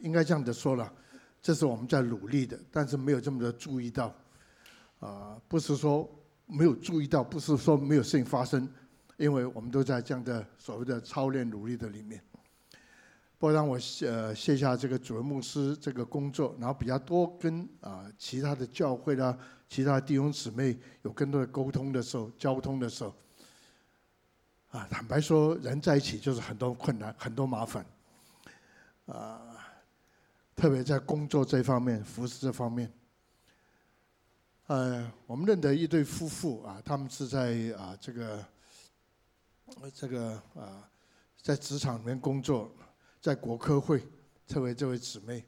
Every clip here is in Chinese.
应该这样子说了，这是我们在努力的，但是没有这么的注意到，不是说没有注意到，不是说没有事情发生，因为我们都在这样的所谓的操练努力的里面。不过让我卸下这个主任牧师这个工作，然后比较多跟其他的教会啦、其他的弟兄姊妹有更多的沟通的时候、交通的时候，坦白说，人在一起就是很多困难、很多麻烦，特别在工作这方面、服侍这方面。我们认得一对夫妇他们是在在职场里面工作。在国科会，这位姊妹，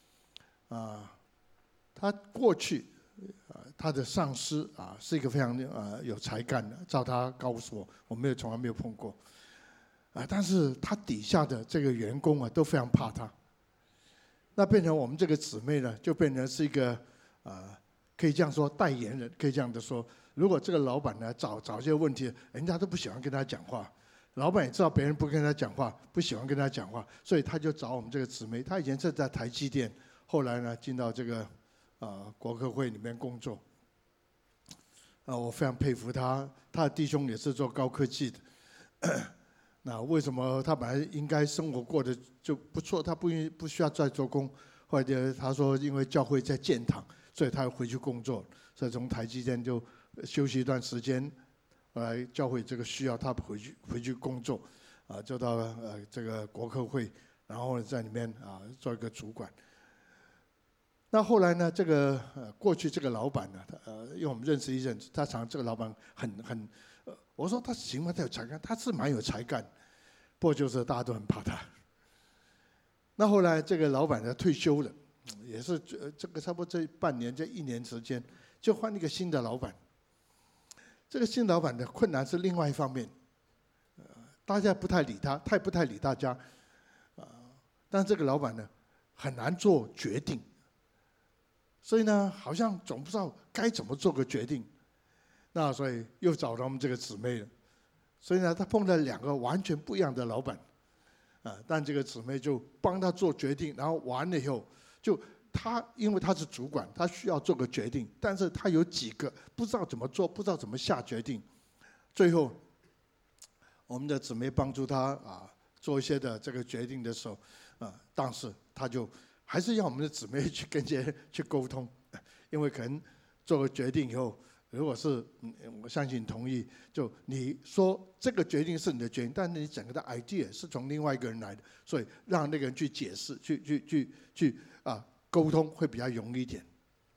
她过去她的上司是一个非常有才干的，照她告诉我，我从来没有碰过，但是她底下的这个员工都非常怕她，那变成我们这个姊妹呢，就变成是一个可以这样说代言人，可以这样的说，如果这个老板呢找一些问题，人家都不喜欢跟他讲话。老板也知道别人不跟他讲话，不喜欢跟他讲话，所以他就找我们这个姊妹。她以前是在台积电，后来呢进到这个国科会里面工作。我非常佩服他，他的弟兄也是做高科技的。那为什么他本来应该生活过得就不错，他不需要再做工？后来他说因为教会在建堂，所以他要回去工作，所以从台积电就休息一段时间。后来教会这个需要他回去工作，就到这个国科会，然后在里面做一个主管。那后来呢，这个过去这个老板呢，因为我们认识一阵子，他这个老板很，我说他行吗？他有才干，他是蛮有才干，不过就是大家都很怕他。那后来这个老板呢退休了，也是这个差不多这半年这1年时间，就换一个新的老板。这个新老板的困难是另外一方面，大家不太理他，他也不太理大家，但这个老板呢很难做决定，所以呢好像总不知道该怎么做个决定，那所以又找到我们这个姊妹了，所以呢他碰到2个完全不一样的老板，但这个姊妹就帮他做决定，然后完了以后就。因为他是主管，他需要做个决定，但是他有几个不知道怎么做，不知道怎么下决定。最后，我们的姊妹帮助他做一些的这个决定的时候，但是他就还是要我们的姊妹去跟这些去沟通，因为可能做个决定以后，如果是我相信你同意，就你说这个决定是你的决定，但是你整个的 idea 是从另外一个人来的，所以让那个人去解释，去沟通会比较容易一点。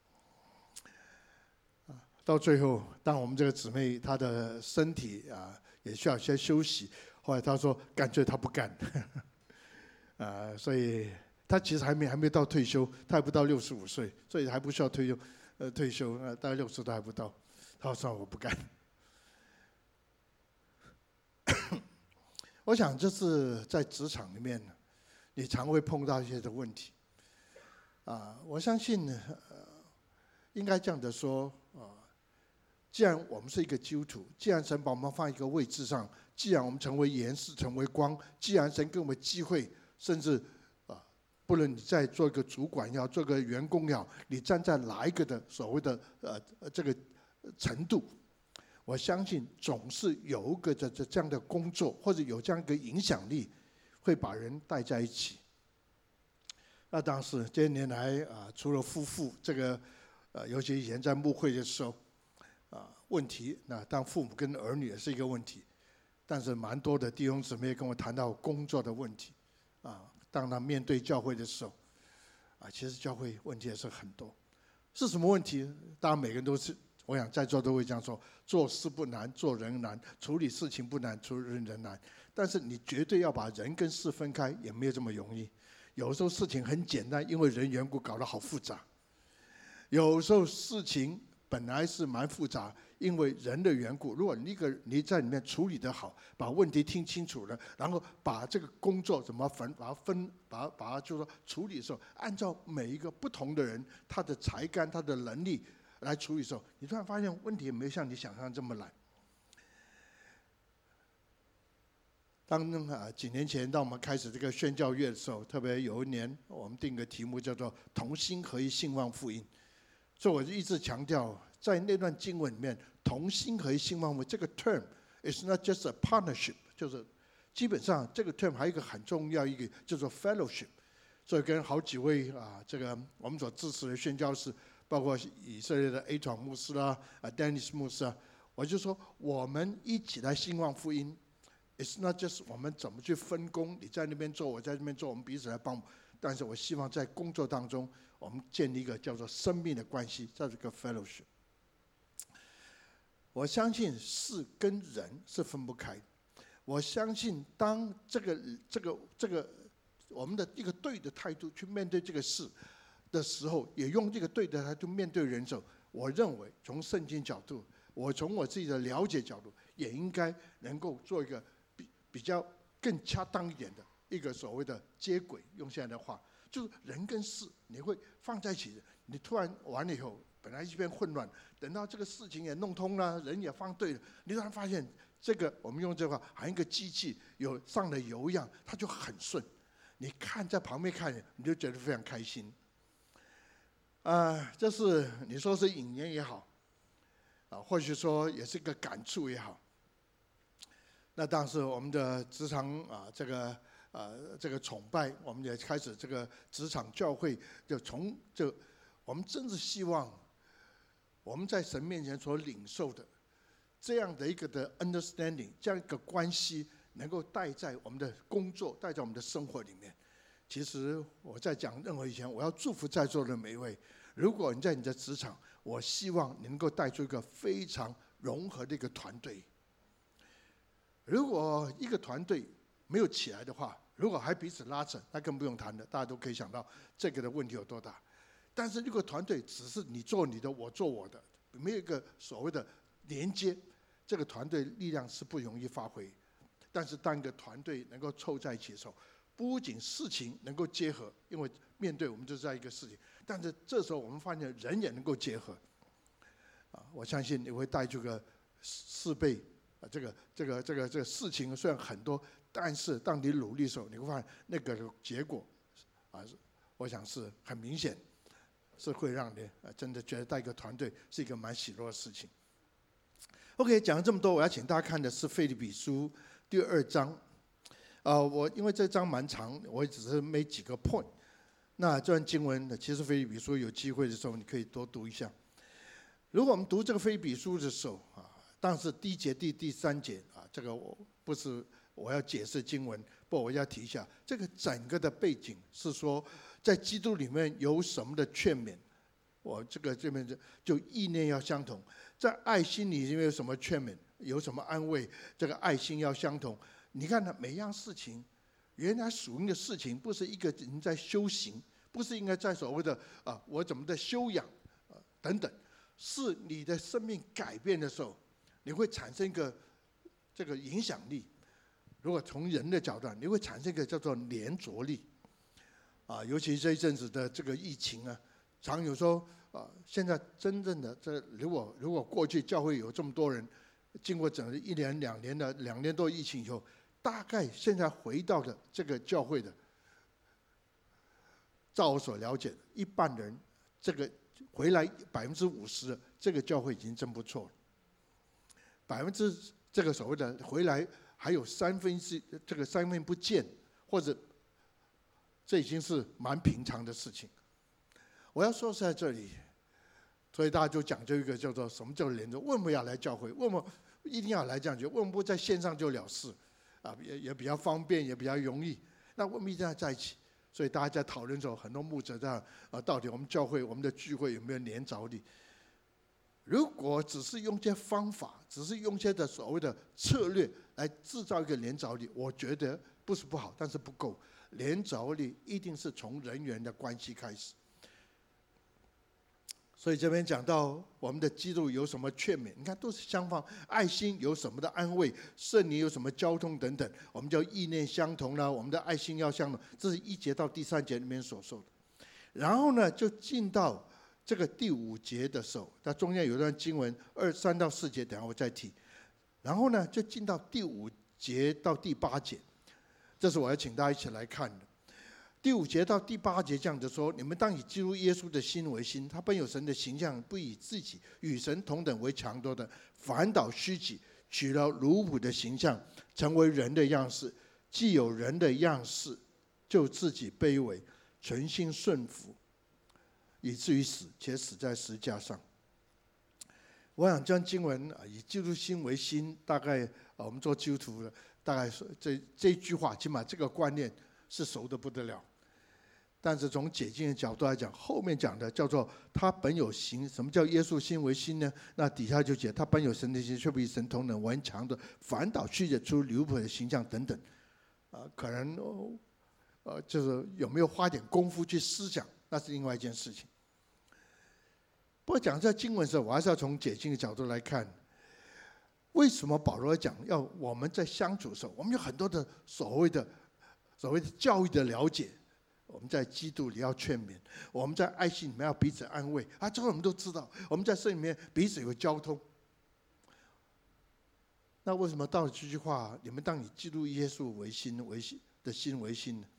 到最后，当我们这个姊妹她的身体也需要一些休息，后来她说干脆她不干，所以她其实还没到退休，她还不到65岁，所以还不需要退休，大概60都还不到。她说我不干。我想这是在职场里面，你常会碰到一些的问题。我相信应该这样的说既然我们是一个基督徒，既然神把我们放一个位置上，既然我们成为盐是成为光，既然神给我们机会，甚至不论你在做一个主管也好，做个员工也好，你站在哪一个的所谓的这个程度，我相信总是有一个这样的工作，或者有这样一个影响力，会把人带在一起。那当时这些年来除了夫妇这个尤其以前在牧会的时候问题，那当父母跟儿女也是一个问题，但是蛮多的弟兄姊妹跟我谈到工作的问题当他面对教会的时候其实教会问题也是很多。是什么问题？当然每个人都是，我想在座都会这样说，做事不难，做人难，处理事情不难，处理人难，但是你绝对要把人跟事分开也没有这么容易。有时候事情很简单，因为人缘故搞得好复杂；有时候事情本来是蛮复杂，因为人的缘故。如果你在里面处理得好，把问题听清楚了，然后把这个工作怎么把它就是说处理的时候，按照每一个不同的人他的才干、他的能力来处理的时候，你突然发现问题也没有像你想象这么难。 当几年前当我们开始这个宣教月的时候，特别有一年我们定个题目叫做同心合一兴旺福音，所以我就一直强调，在那段经文里面，同心合一兴旺福音这个 term is not just a partnership， 就是基本上这个 term 还有一个很重要一个叫做 fellowship。所以跟好几位这个我们所支持的宣教士，包括以色列的 A 传牧师啦，Dennis 牧师啊，我就说我们一起来兴旺福音。It's not just 我们怎么去分工，你在那边做，我在这边做，我们彼此来帮忙。但是我希望在工作当中，我们建立一个叫做生命的关系，在这个 fellowship。我相信事跟人是分不开。我相信当这个我们的一个对的态度去面对这个事的时候，也用这个对的态度面对人的时候，我认为从圣经角度，我从我自己的了解角度，也应该能够做一个比较更恰当一点的一个所谓的接轨。用现在的话，就是人跟事你会放在一起，你突然完了以后，本来一片混乱，等到这个事情也弄通了，人也放对了，你突然发现这个我们用这话，好像一个机器有上了油一样，它就很顺。你看在旁边看，你就觉得非常开心。这是你说是引言也好，或许说也是个感触也好。那当时我们的职场这个崇拜，我们也开始这个职场教会，我们真是希望我们在神面前所领受的这样的一个的 understanding， 这样一个关系，能够带在我们的工作，带在我们的生活里面。其实我在讲任何以前，我要祝福在座的每一位。如果你在你的职场，我希望你能够带出一个非常融合的一个团队。如果一个团队没有起来的话，如果还彼此拉扯，那更不用谈了。大家都可以想到这个的问题有多大。但是如果团队只是你做你的，我做我的，没有一个所谓的连接，这个团队力量是不容易发挥。但是当一个团队能够凑在一起的时候，不仅事情能够结合，因为面对我们就是在一个事情，但是这时候我们发现人也能够结合。我相信你会带出个4倍。这个事情虽然很多，但是当你努力的时候，你会发现那个结果我想是很明显，是会让你真的觉得带一个团队是一个蛮喜乐的事情。OK， 讲了这么多，我要请大家看的是腓立比书第2章。我因为这章蛮长，我只是没几个 point。那这段经文其实腓立比书有机会的时候，你可以多读一下。如果我们读这个腓立比书的时候当时第1节第3节这个我不是我要解释经文，不，我要提一下，这个整个的背景是说，在基督里面有什么的劝勉，我这边就意念要相同，在爱心里面有什么劝勉，有什么安慰，这个爱心要相同。你看每一样事情，原来属灵的事情，不是一个人在修行，不是应该在所谓的我怎么的修养等等，是你的生命改变的时候，你会产生一个这个影响力。如果从人的角度，你会产生一个叫做粘着力尤其这一阵子的这个疫情常有说现在真正的如果过去教会有这么多人，经过整个1年2年多疫情以后，大概现在回到的这个教会的，照我所了解的，一半人这个回来50%，这个教会已经真不错了。这个所谓的回来还有4/3，这个3分不见，或者这已经是蛮平常的事情。我要说是在这里，所以大家就讲究一个叫做什么叫连着？为什么要来教会？为什么一定要来这样觉？为什么不在线上就了事？也比较方便，也比较容易。那为什么一定要在一起？所以大家在讨论的时候，很多牧者在到底我们教会我们的聚会有没有连着力？如果只是用些方法，只是用些的所谓的策略来制造一个连着力，我觉得不是不好，但是不够。连着力一定是从人员的关系开始。所以这边讲到我们的基督有什么劝勉，你看都是相仿。爱心有什么的安慰，圣灵有什么交通等等，我们叫意念相同啦，我们的爱心要相同，这是1节到第3节里面所说的。然后呢，就进到这个第5节的时候，它中间有一段经文3到4节，等一下我再提。然后呢，就进到第5 节到第8节，这是我要请大家一起来看的。第5节到第8节这样子说：你们当以基督耶稣的心为心，他本有神的形象，不以自己与神同等为强夺的，反倒虚己，取了奴仆的形象，成为人的样式。既有人的样式，就自己卑微，存心顺服，以至于死，且死在十字架上。我想将经文以基督心为心，大概我们做基督徒的，大概这一句话，起码这个观念是熟得不得了。但是从解经的角度来讲，后面讲的叫做他本有形。什么叫耶稣心为心呢？那底下就解他本有神的形，却不与神同等，顽强的反倒虚解出奴仆的形象等等。可能就是有没有花点功夫去思想，那是另外一件事情。不过讲这经文的时候，我还是要从解经的角度来看，为什么保罗讲要我们在相处的时候，我们有很多的所谓的教育的了解，我们在基督里要劝勉，我们在爱心里面要彼此安慰这个我们都知道。我们在圣里面彼此有交通。那为什么到了这句话，你们当以基督耶稣为心为心呢？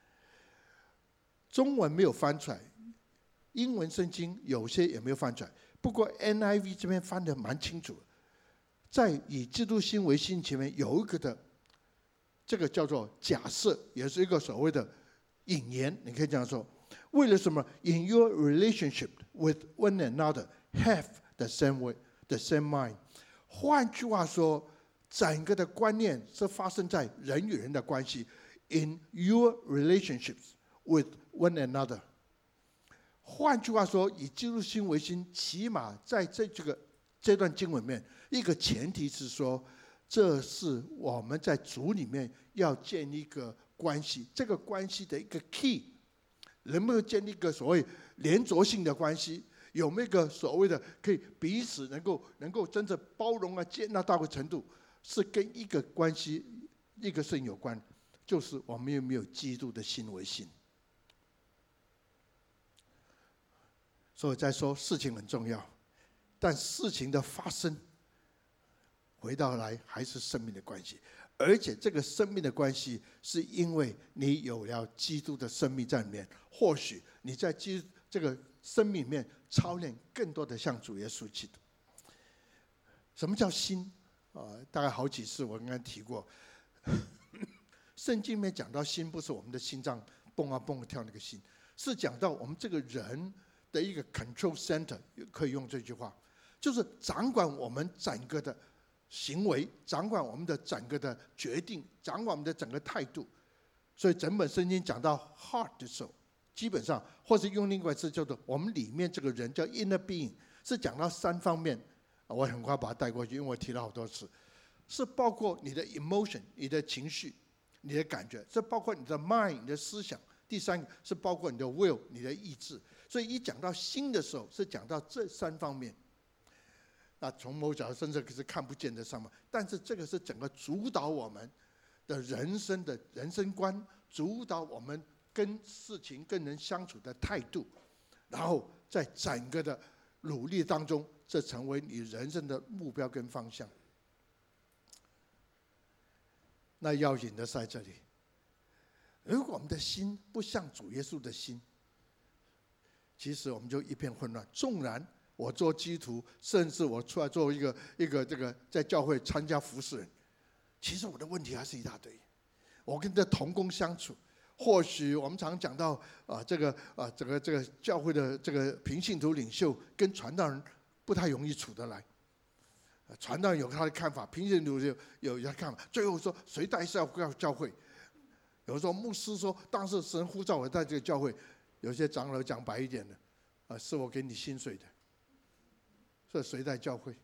中文没有翻出来，英文圣经有些也没有翻出来。不过 NIV 这边翻得蛮清楚的，在以基督心为心前面有一个的，这个叫做假设，也是一个所谓的引言。你可以这样说：为了什么 ？In your relationship with one another, have the same way, the same mind。换句话说，整个的观念是发生在人与人的关系。In your relationships with one another。换句话说，以基督心为心，起码在这段经文里面，一个前提是说，这是我们在主里面要建立一个关系，这个关系的一个 key， 能不能建立一个所谓连着性的关系？有没有一个所谓的可以彼此能够真正包容接纳到个程度，是跟一个关系一个事情有关，就是我们有没有基督的心为心。所以再说事情很重要，但事情的发生回到来还是生命的关系，而且这个生命的关系是因为你有了基督的生命在里面，或许你在这个生命里面操练更多的像主耶稣基督。什么叫心？大概好几次我刚刚提过，圣经里面讲到心，不是我们的心脏蹦啊蹦啊跳那个心，是讲到我们这个人的一个 control center， 可以用这句话，就是掌管我们整个的行为，掌管我们的整个的决定，掌管我们的整个态度。所以整本圣经讲到 heart 的时候，基本上或是用另外一个词叫做我们里面这个人叫 inner being， 是讲到3方面。我很快把它带过去，因为我提了好多次，是包括你的 emotion， 你的情绪，你的感觉，是包括你的 mind， 你的思想。第3个是包括你的 will， 你的意志。所以一讲到心的时候，是讲到这3方面。那从某角度甚至是看不见的上面，但是这个是整个主导我们的人生观，主导我们跟事情跟人相处的态度，然后在整个的努力当中，这成为你人生的目标跟方向。那要紧的在这里，如果我们的心不像主耶稣的心，其实我们就一片混乱。纵然我做基督徒，甚至我出来做一个这个在教会参加服侍人，其实我的问题还是一大堆。我跟这同工相处，或许我们常讲到这个教会的这个平信徒领袖跟传道人不太容易处得来。传道人有他的看法，平信徒有他的看法，最后说谁带是要教会。有时候牧师说，当时神呼召我在这个教会。有些长老讲白一点的，是我给你薪水的，是谁在教会？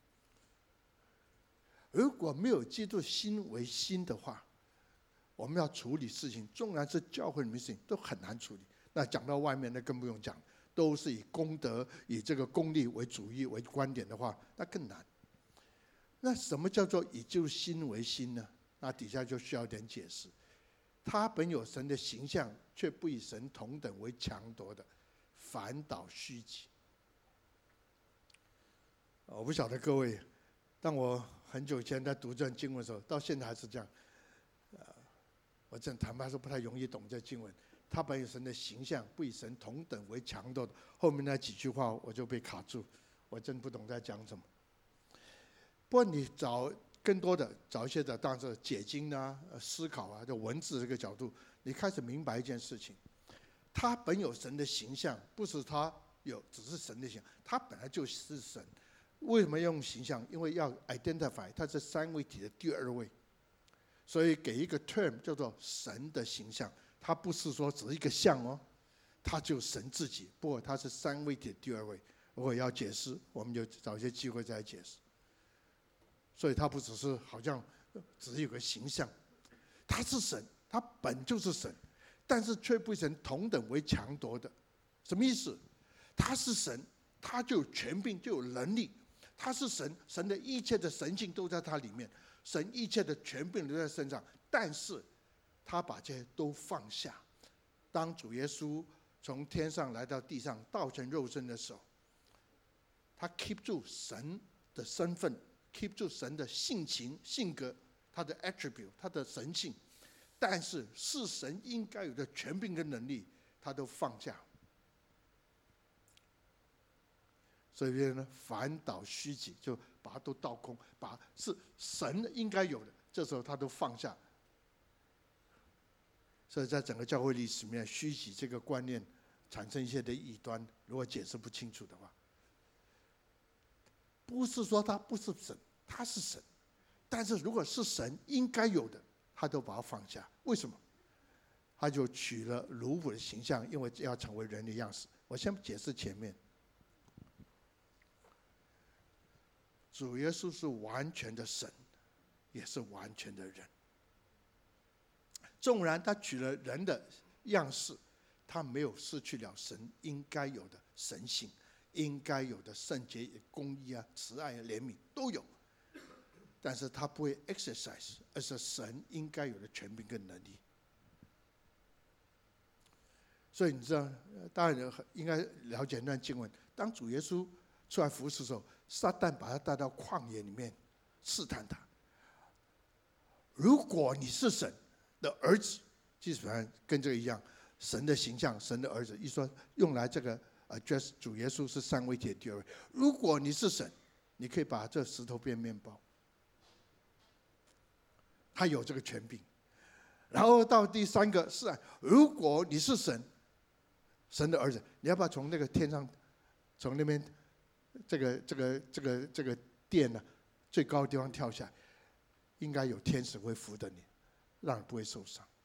如果没有基督心为心的话，我们要处理事情，纵然是教会里面的事情都很难处理。那讲到外面，那更不用讲，都是以公德、以这个公利为主义为观点的话，那更难。那什么叫做以基督心为心呢？那底下就需要一点解释。他本有神的形象，却不以神同等为强夺的，反倒虚己。我不晓得各位当我很久以前在读这段经文的时候，到现在还是这样。我真坦白说不太容易懂这经文。他本有神的形象，不以神同等为强夺的。后面那几句话我就被卡住，我真不懂在讲什么。不过你找更多的找一些的，当然是解经啊、思考啊，就文字这个角度，你开始明白一件事情：他本有神的形象，不是他只是神的形象，他本来就是神。为什么用形象？因为要 identify 他是三位一体的第二位。所以给一个 term 叫做神的形象，它不是说只是一个像哦，它就神自己。不过它是三位一体的第二位。如果要解释，我们就找一些机会再来解释。所以它不只是好像只是有个形象，他是神，他本就是神，但是却不与神同等为强夺的。什么意思？他是神，他就有权柄，就有能力。他是神，神的一切的神性都在他里面。神一切的权柄都在身上，但是他把这些都放下。当主耶稣从天上来到地上，道成肉身的时候，他 keep 住神的身份， keep 住神的性情、性格，他的 attribute， 他的神性，但是是神应该有的权柄跟能力，他都放下。所以呢，反倒虚己，就把它都倒空，把是神应该有的，这时候他都放下。所以在整个教会历史里面，虚己这个观念产生一些的异端，如果解释不清楚的话，不是说他不是神，他是神，但是如果是神应该有的，他都把它放下。为什么？他就取了奴仆的形象，因为要成为人的样式。我先解释前面。主耶稣是完全的神，也是完全的人。纵然他取了人的样式，他没有失去了神应该有的神性，应该有的圣洁、公义啊、慈爱、怜悯都有，但是他不会 exercise， 而是神应该有的权柄跟能力。所以你知道，当然应该了解那段经文。当主耶稣出来服侍的时候，撒旦把他带到旷野里面试探他。如果你是神的儿子，基本上跟这个一样，神的形象，神的儿子，一说用来这个address主耶稣是三位一体的第二位。如果你是神，你可以把这石头变面包，他有这个权柄。然后到第三个是如果你是神，神的儿子，你要不要从那个天上，从那边这个殿呢最高的地方跳下来？应该有天使会扶着你，让你不会受伤。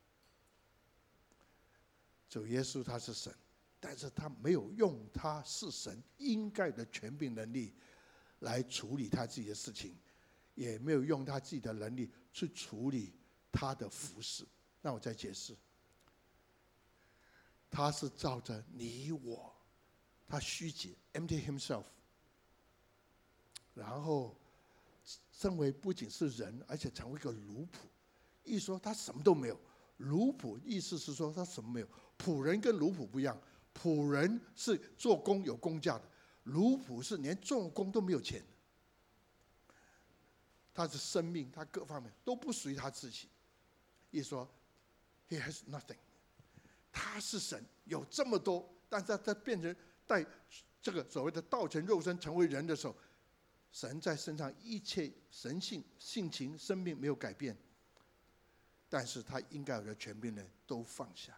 主耶稣他是神，但是他没有用他是神应该的权柄能力来处理他自己的事情，也没有用他自己的能力去处理他的服事。那我再解释，他是照着你我，他虚己 empty himself， 然后身为不仅是人，而且成为一个奴仆。一说他什么都没有，奴仆意思是说他什么没有。仆人跟奴仆不一样，仆人是做工有工价的，奴仆是连做工都没有钱的。他的生命，他各方面都不属于他自己。一说 he has nothing， 他是神，有这么多，但是他变成带这个所谓的道成肉身成为人的时候，神在身上一切神性、性情、生命没有改变，但是他应该有的权柄呢都放下。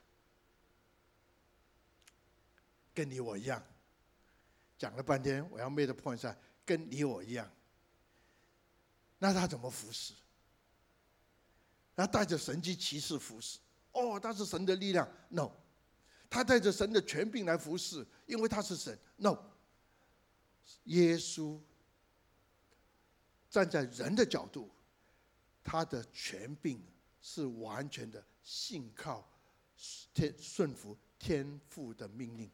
跟你我一样，讲了半天，我要 make the point 是跟你我一样。那他怎么服侍？他带着神迹奇事服侍。哦，他是神的力量 ？No， 他带着神的权柄来服侍，因为他是神 ？No， 耶稣站在人的角度，他的权柄是完全的信靠、顺服天父的命令。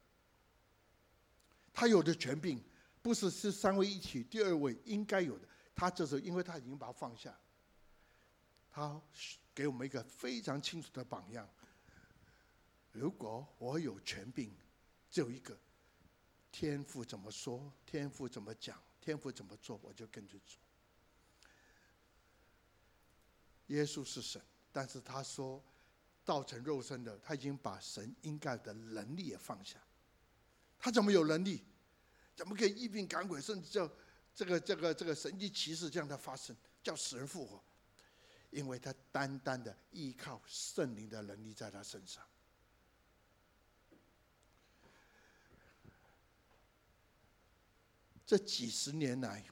他有的权柄不是三位一体第二位应该有的，他这时候因为他已经把它放下，他给我们一个非常清楚的榜样。如果我有权柄，只有一个，天父怎么说，天父怎么讲， 天父怎么做我就跟着做。耶稣是神，但是他说道成肉身的，他已经把神应该的能力也放下。他怎么有能力？怎么可以医病赶鬼，甚至叫这个神迹奇事这样的发生，叫死人复活？因为他单单的依靠圣灵的能力在他身上。这几十年来，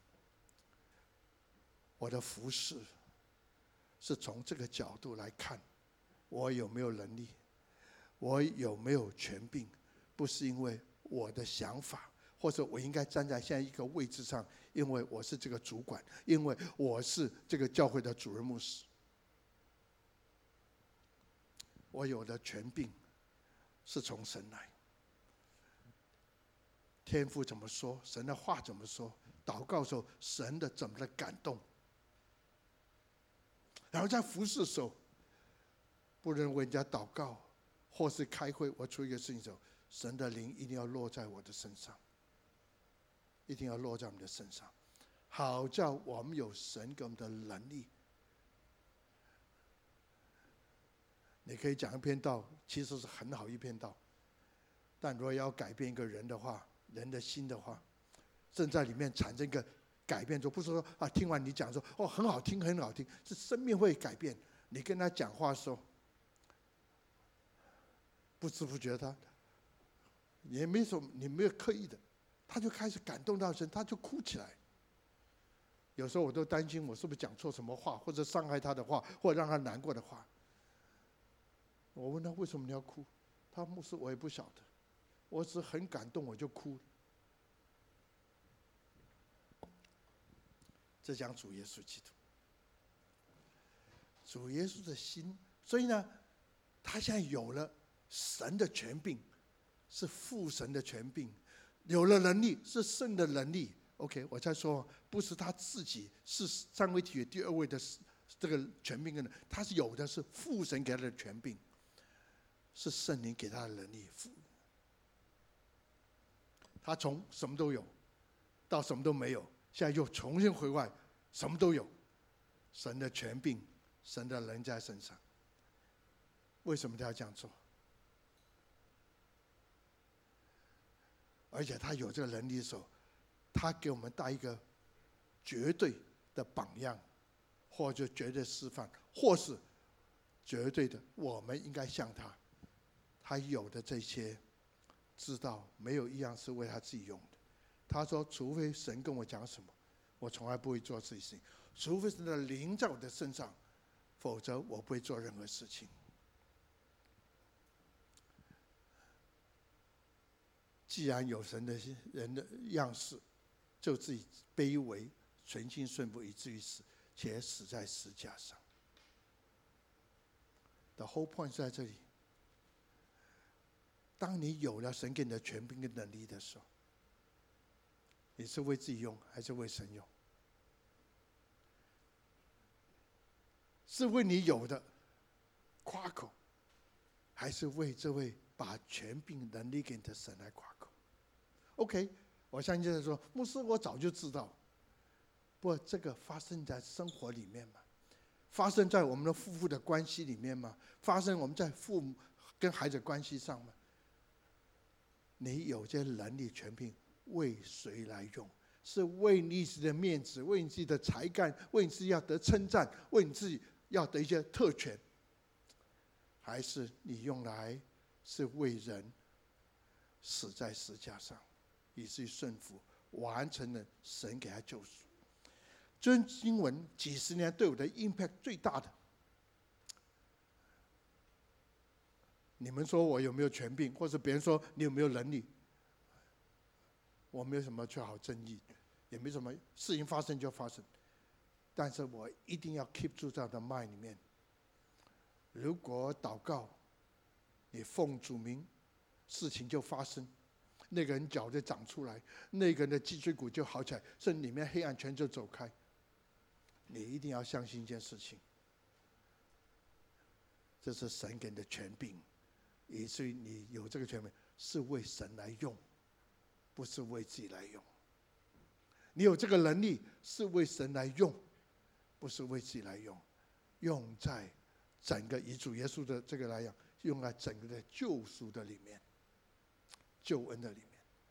我的服事是从这个角度来看，我有没有能力，我有没有权柄，不是因为我的想法，或者我应该站在现在一个位置上，因为我是这个主管，因为我是这个教会的主任牧师。我有的权柄是从神来，天父怎么说，神的话怎么说，祷告的时候神的怎么的感动，然后在服事的时候，不论为人家祷告或是开会，我出一个事情的时候，神的灵一定要落在我的身上，一定要落在我们的身上，好叫我们有神给我们的能力。你可以讲一篇道，其实是很好一篇道，但如果要改变一个人的话，人的心的话，正在里面产生一个改变，就不是说啊，听完你讲说哦很好听很好听，是生命会改变。你跟他讲话的时候，不知不觉他也没什么，你没有刻意的，他就开始感动到神，他就哭起来。有时候我都担心我是不是讲错什么话，或者伤害他的话，或者让他难过的话。我问他为什么你要哭，他牧师我也不晓得，我只是很感动我就哭了。这讲主耶稣基督，主耶稣的心，所以呢，他现在有了神的权柄，是父神的权柄，有了能力是圣的能力。OK， 我再说，不是他自己是三位一体第二位的这个权柄的人，他是有的是父神给他的权柄，是圣灵给他的能力。他从什么都有到什么都没有，现在又重新回来，什么都有。神的权柄，神的人在身上。为什么他要这样做？而且他有这个能力的时候，他给我们带一个绝对的榜样，或者绝对示范，或是绝对的，我们应该像他。他有的这些，知道没有一样是为他自己用的。他说，除非神跟我讲什么，我从来不会做这些事情；除非神的灵在我的身上，否则我不会做任何事情。既然有神的人的样式，就自己卑微、全心顺服，以至于死，且死在十字架上。The whole point 在这里。当你有了神给你的权柄跟能力的时候，你是为自己用还是为神用？是为你有的夸口，还是为这位把权柄能力给你的神来夸口？ OK， 我相信就是说，牧师我早就知道，不过这个发生在生活里面嘛，发生在我们的夫妇的关系里面嘛，发生我们在父母跟孩子关系上嘛。你有这能力权柄，为谁来用？是为你自己的面子，为你自己的才干，为你自己要得称赞，为你自己要得一些特权，还是你用来是为人死在十字架上，以至于顺服，完成了神给他救赎？这经文几十年对我的 impact 最大的。你们说我有没有权柄，或者别人说你有没有能力，我没有什么去好争议，也没什么事情发生就发生，但是我一定要 keep 住在我的 mind 里面。如果祷告，你奉主名，事情就发生，那个人脚就长出来，那个人的脊椎骨就好起来，甚至里面黑暗全就走开。你一定要相信一件事情，这是神给你的权柄，以至于你有这个权柄是为神来用，不是为自己来用。 你有这个能力是为神来用，不是为自己来用，用在整个以主耶稣的这个来讲，用在整个的救赎的里面，救恩的里面。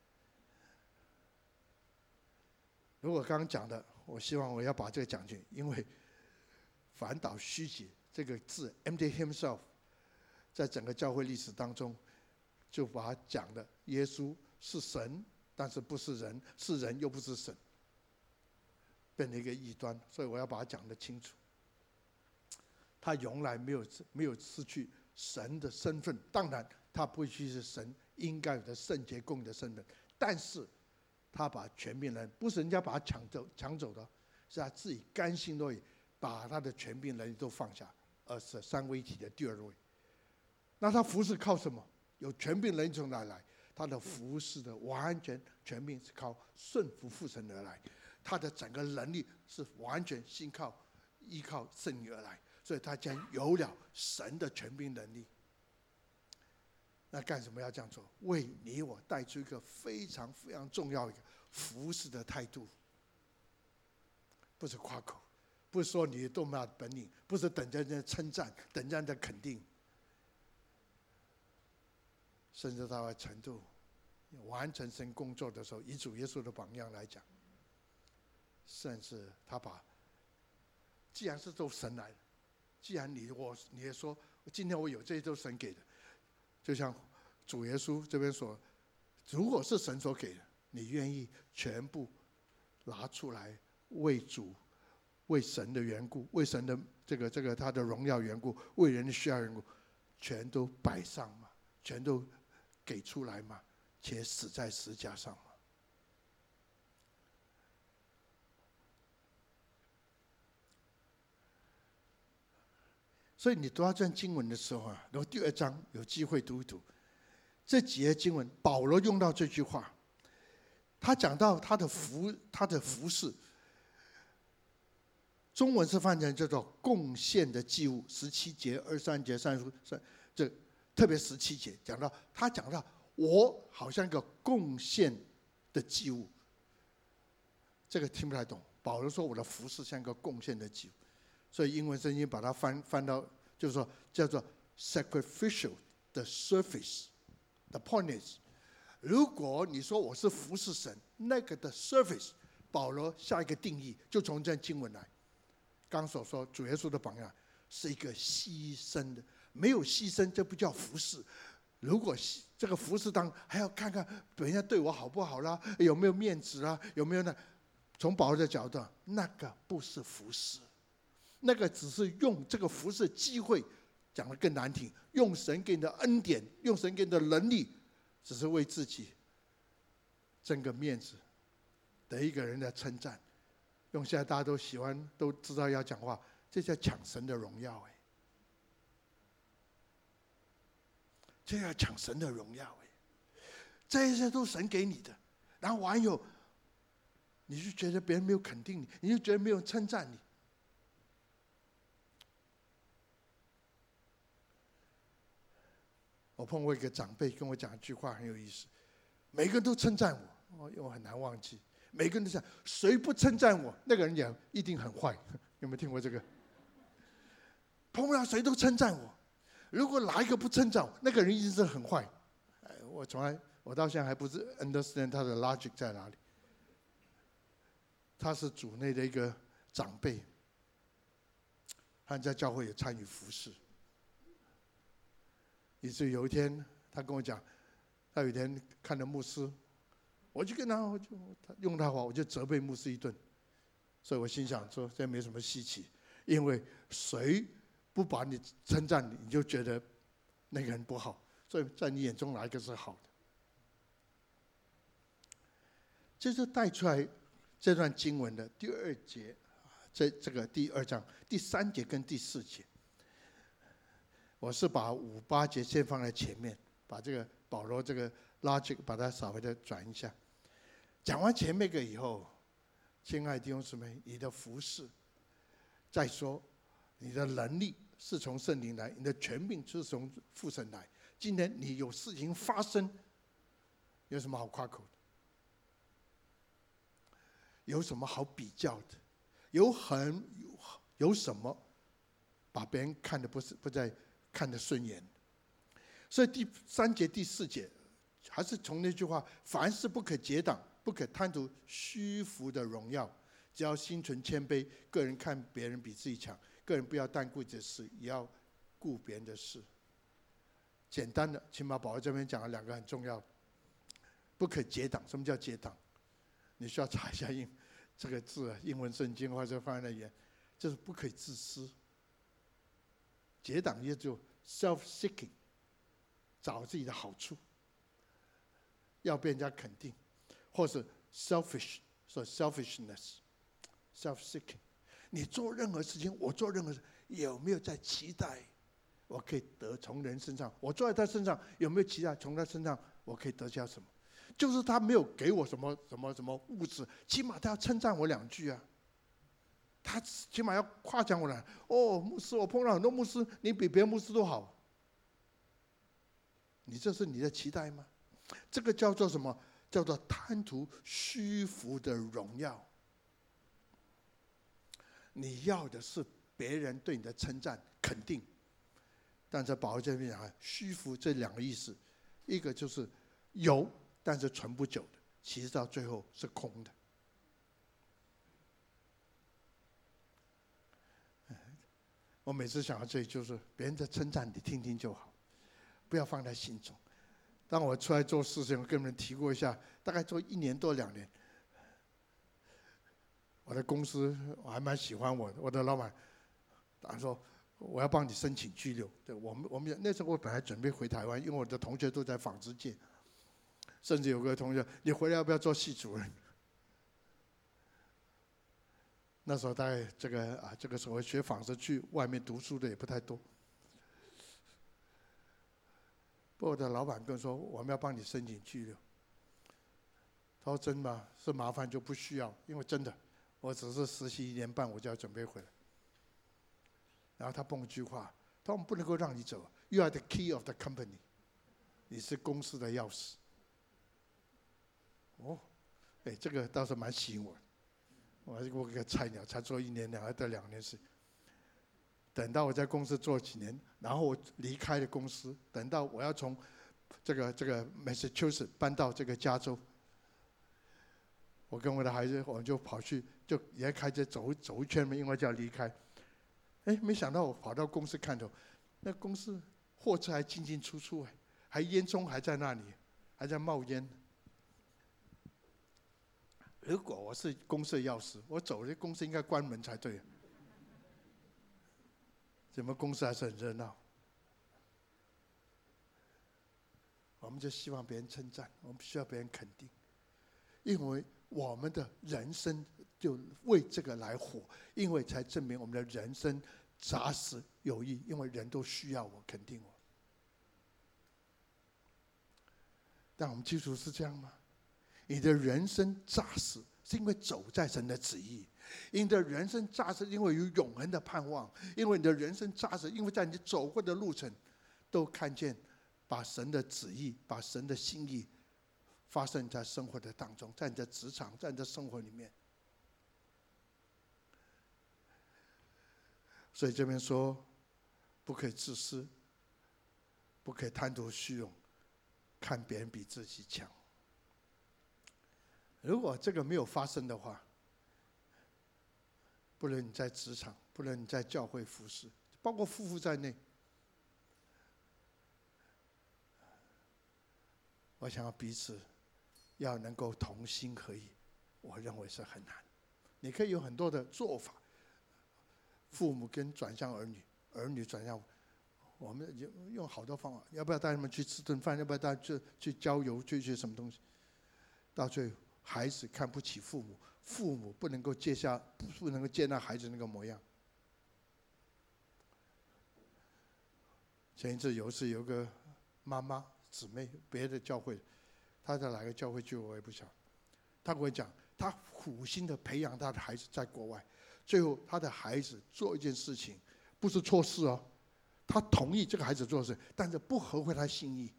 如果刚刚讲的，我希望我要把这个讲进，因为反倒虚己这个字 empty himself 在整个教会历史当中就把它讲的耶稣是神，但是不是人，是人又不是神，变成一个异端。所以我要把它讲得清楚，他从来没有失去神的身份，当然他不必须是神应该有的圣洁公义的身份，但是他把权柄人，不是人家把他抢走的，是他自己甘心乐意把他的权柄人都放下，而是三位一体的第二位。那他服侍靠什么？有权柄人从哪来？他的服侍的完全权柄是靠顺服父神而来，他的整个能力是完全依靠圣灵而来，所以他将有了神的权柄能力。那干什么要这样做？为你我带出一个非常非常重要一个服侍的态度，不是夸口，不是说你多么的本领，不是等着人家称赞，等着人家肯定，甚至到了程度，完成神工作的时候，以主耶稣的榜样来讲，甚至他把，既然是都神来的，既然你也说今天我有这些都是神给的。就像主耶稣这边说，如果是神所给的，你愿意全部拿出来为主、为神的缘故、为神的这个他的荣耀缘故、为人的需要缘故，全都摆上嘛，全都给出来嘛，且死在十字架上嘛。所以你读到这段经文的时候啊，然后第2章有机会读一读这几页经文，保罗用到这句话，他讲到他的服事，中文是翻成叫做贡献的祭物，17节、23节、33，这特别17节讲到我好像一个贡献的祭物，这个听不太懂。保罗说我的服事像一个贡献的祭物。所以英文圣经把它翻到，就是说叫做 sacrificial 的 service。The point is， 如果你说我是服侍神，那个的 service， 保罗下一个定义就从这经文来。刚所说主耶稣的榜样是一个牺牲的，没有牺牲这不叫服侍。如果这个服侍当还要看看人家对我好不好啦，有没有面子啦，有没有呢？从保罗的角度，那个不是服侍。那个只是用这个服侍机会，讲得更难听，用神给你的恩典，用神给你的能力，只是为自己争个面子，得一个人的称赞。用现在大家都喜欢都知道要讲话，这叫抢神的荣耀哎，这叫抢神的荣耀哎，这些都神给你的，然后还有，你就觉得别人没有肯定你，你就觉得没有称赞你。我碰过一个长辈跟我讲一句话很有意思，每个人都称赞我，我很难忘记。每个人都讲，谁不称赞我，那个人也一定很坏。有没有听过这个？碰到谁都称赞我，如果哪一个不称赞我，那个人一定是很坏。我到现在还不是 understand 他的 logic 在哪里。他是主内的一个长辈，他在教会也参与服事。以至于有一天，他跟我讲，他有一天看到牧师，我就跟他用他话，我就责备牧师一顿。所以我心想说，这没什么稀奇，因为谁不把你称赞你就觉得那个人不好，所以在你眼中哪一个是好的？这就带出来这段经文的第2节，这个第2章第3节跟第4节。我是把5、8节先放在前面，把这个保罗这个 logic 把它稍微的转一下。讲完前面个以后，亲爱的弟兄姊妹，你的服事，再说你的能力是从圣灵来，你的权柄是从父神来。今天你有事情发生，有什么好夸口的？ 有什么好比较的？有什么把别人看的不再看得顺眼？所以第3节、第4节还是从那句话：凡事不可结党，不可贪图虚浮的荣耀，只要心存谦卑，个人看别人比自己强，个人不要单顾这事，也要顾别人的事。简单的，起码保罗这边讲了2个很重要的：不可结党。什么叫结党？你需要查一下这个字，英文圣经或者翻译的言，就是不可以自私。结党也就 self-seeking， 找自己的好处，要被人家肯定，或是 selfishness，self-seeking。你做任何事情，我做任何事，有没有在期待我可以得从人身上？我坐在他身上，有没有期待从他身上我可以得到什么？就是他没有给我什么物质，起码他要称赞我2句啊。他起码要夸奖我了。哦，牧师，我碰到很多牧师，你比别的牧师都好。你这是你的期待吗？这个叫做什么？叫做贪图虚浮的荣耀。你要的是别人对你的称赞、肯定。但在保罗这边讲，虚浮这2个意思，一个就是有，但是存不久的，其实到最后是空的。我每次想到这里，就是别人的称赞你听听就好，不要放在心中。当我出来做事情，我跟你们提过一下，大概做1年多2年，我的公司我还蛮喜欢我的，我的老板他说我要帮你申请居留。对，我们那时候我本来准备回台湾，因为我的同学都在纺织界，甚至有个同学，你回来要不要做系主任？那时候大概这个所谓学纺织去外面读书的也不太多。不过我的老板跟我说，我们要帮你申请居留。他说真吗？是麻烦就不需要，因为真的我只是实习1年半我就要准备回来。然后他蹦一句话，他说我们不能够让你走 ，You are the key of the company， 你是公司的钥匙。哦，哎，这个倒是蛮吸引我的。我个菜鸟，才做1年还得2年事。等到我在公司做几年，然后我离开了公司，等到我要从这个 Massachusetts 搬到这个加州，我跟我的孩子，我们就跑去，就也开车走一圈嘛，因为就要离开。哎，没想到我跑到公司看头，那公司货车还进进出出，还烟囱还在那里，还在冒烟。如果我是公司的钥匙，我走了，公司应该关门才对。怎么公司还是很热闹？我们就希望别人称赞，我们需要别人肯定，因为我们的人生就为这个来活，因为才证明我们的人生扎实有益，因为人都需要我，肯定我。但我们基督徒是这样吗？你的人生扎实，是因为走在神的旨意；你的人生扎实，因为有永恒的盼望；因为你的人生扎实，因为在你走过的路程，都看见把神的旨意、把神的心意发生在生活的当中，在你的职场，在你的生活里面。所以这边说，不可以自私，不可以贪图虚荣，看别人比自己强。如果这个没有发生的话，不论你在职场，不论你在教会服侍，包括夫妇在内，我想要彼此要能够同心合意，我认为是很难。你可以有很多的做法，父母跟转向儿女，儿女转向我们用好多方法，要不要带他们去吃顿饭？要不要带去郊游？去什么东西？到最后，孩子看不起父母，父母不能够接纳孩子那个模样。前一次有一次有个妈妈姊妹，别的教会，她在哪个教会聚会我也不晓得，她跟我讲，她苦心的培养她的孩子在国外，最后她的孩子做一件事情，不是错事哦，她同意这个孩子做事，但是不合乎她心意。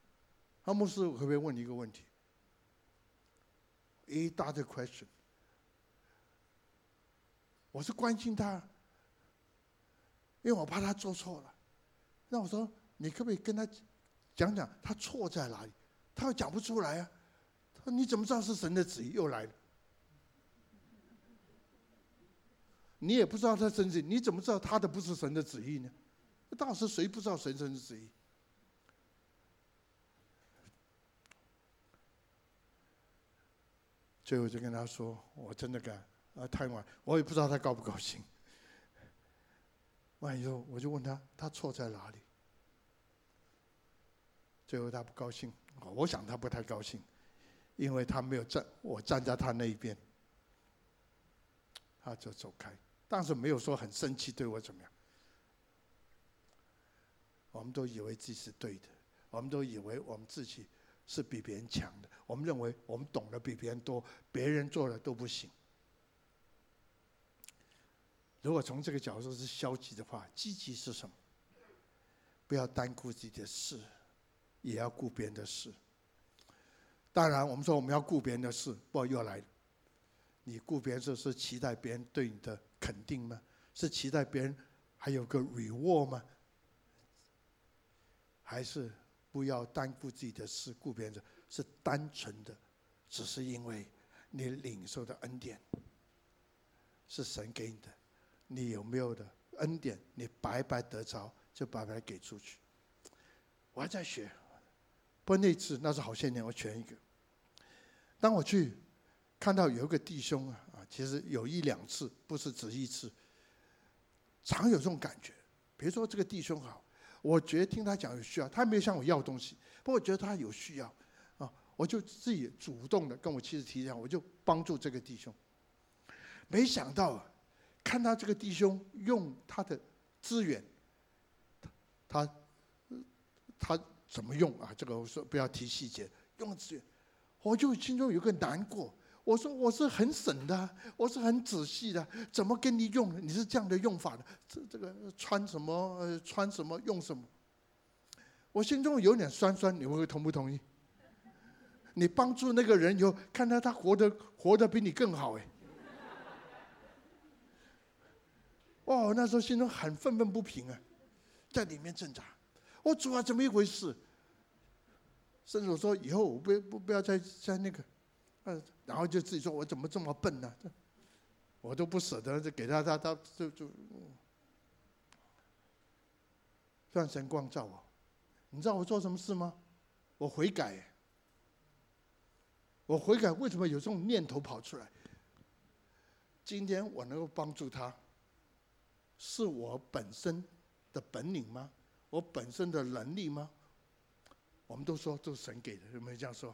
牧师，我可不可以问你一个问题？一大堆 question， 我是关心他，因为我怕他做错了。那我说，你可不可以跟他讲讲他错在哪里？他又讲不出来啊。他说你怎么知道是神的旨意？又来了。你也不知道他神旨意，你怎么知道他的不是神的旨意呢？到底是谁不知道神的旨意？最后就跟他说：“我真的太晚，我也不知道他高不高兴。”完以后，我就问他，他错在哪里？最后他不高兴，我想他不太高兴，因为他没有我站在他那一边，他就走开。但是没有说很生气对我怎么样。我们都以为自己是对的，我们都以为我们自己是比别人强的，我们认为我们懂得比别人多，别人做的都不行。如果从这个角度是消极的话，积极是什么？不要单顾自己的事，也要顾别人的事。当然，我们说我们要顾别人的事，不过又来了。你顾别人的事是期待别人对你的肯定吗？是期待别人还有个 reward 吗？还是不要单顾自己的事，顾别人的，是单纯的，只是因为你领受的恩典是神给你的，你有没有的恩典，你白白得着就白白给出去。我还在学，不过那次那是好些年，我选一个。当我去看到有一个弟兄啊，其实有一两次，不是只一次，常有这种感觉。比如说这个弟兄好，我觉得听他讲有需要，他没有向我要东西，不过我觉得他有需要，啊，我就自己主动的跟我妻子提讲，我就帮助这个弟兄。没想到啊，看到这个弟兄用他的资源，他怎么用啊？这个我说不要提细节，用资源，我就心中有个难过。我说我是很省的，我是很仔细的，怎么跟你用？你是这样的用法的？这个穿什么穿什么用什么？我心中有点酸酸，你会同不同意？你帮助那个人以后，看到他活得比你更好哎。哦，那时候心中很愤愤不平啊，在里面挣扎。我主啊，怎么一回事？甚至我说以后我不要再那个。然后就自己说，我怎么这么笨呢？我都不舍得，就给他就让神光照我。你知道我做什么事吗？我悔改。我悔改，为什么有这种念头跑出来？今天我能够帮助他，是我本身的本领吗？我本身的能力吗？我们都说都是神给的，有没有这样说？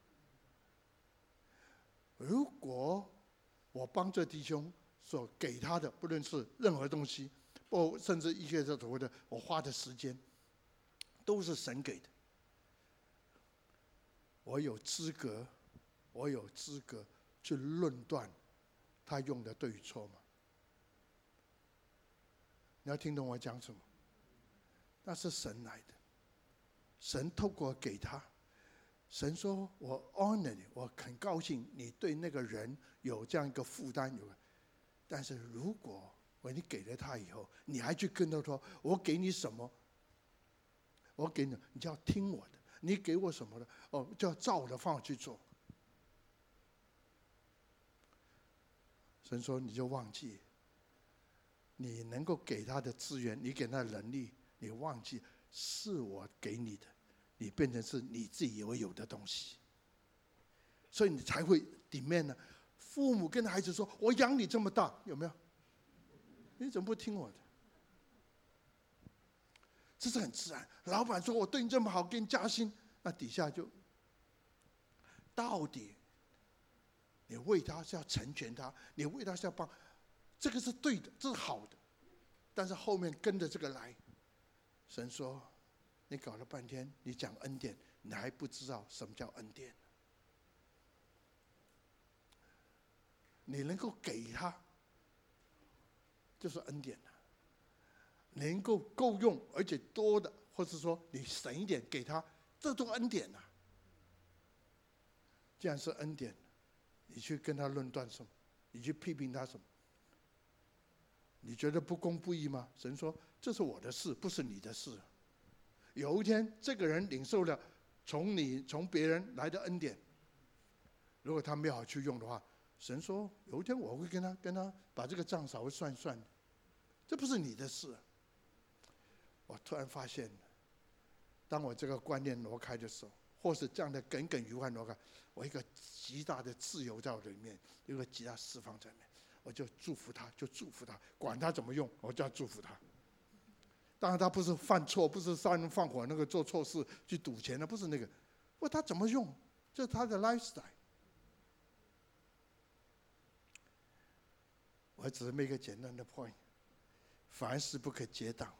如果我帮这弟兄所给他的，不论是任何东西，甚至一些所谓的我花的时间，都是神给的，我有资格去论断他用的对与错吗？你要听懂我讲什么？那是神来的，神透过给他。神说：“我 honor 你，我很高兴你对那个人有这样一个负担，但是如果你给了他以后，你还去跟他说我给你什么，我给你，你就要听我的。你给我什么的，就要照我的方法去做。”神说：“你就忘记，你能够给他的资源，你给他的能力，你忘记是我给你的。”你变成是你自己以为有的东西，所以你才会里面呢。父母跟孩子说：“我养你这么大，有没有？你怎么不听我的？”这是很自然。老板说：“我对你这么好，给你加薪。”那底下就到底你为他是要成全他，你为他是要帮，这个是对的，这是好的。但是后面跟着这个来，神说。你搞了半天，你讲恩典，你还不知道什么叫恩典。你能够给他，就是恩典了。能够够用，而且多的，或是说你省一点给他，这都恩典了。既然是恩典，你去跟他论断什么？你去批评他什么？ 你觉得不公不义吗？神说这是我的事，不是你的事。有一天这个人领受了从别人来的恩典，如果他没有好去用的话，神说有一天我会跟他把这个账稍微算算，这不是你的事。我突然发现，当我这个观念挪开的时候，或是这样的耿耿于怀挪开，我一个极大的自由在我里面，一个极大释放在里面，我就祝福他，管他怎么用，我就要祝福他。当然他不是犯错，不是杀人放火那个做错事去赌钱的，不是那个，不，他怎么用，这是他的 lifestyle。我只是 make 一个简单的 point， 凡事不可结党，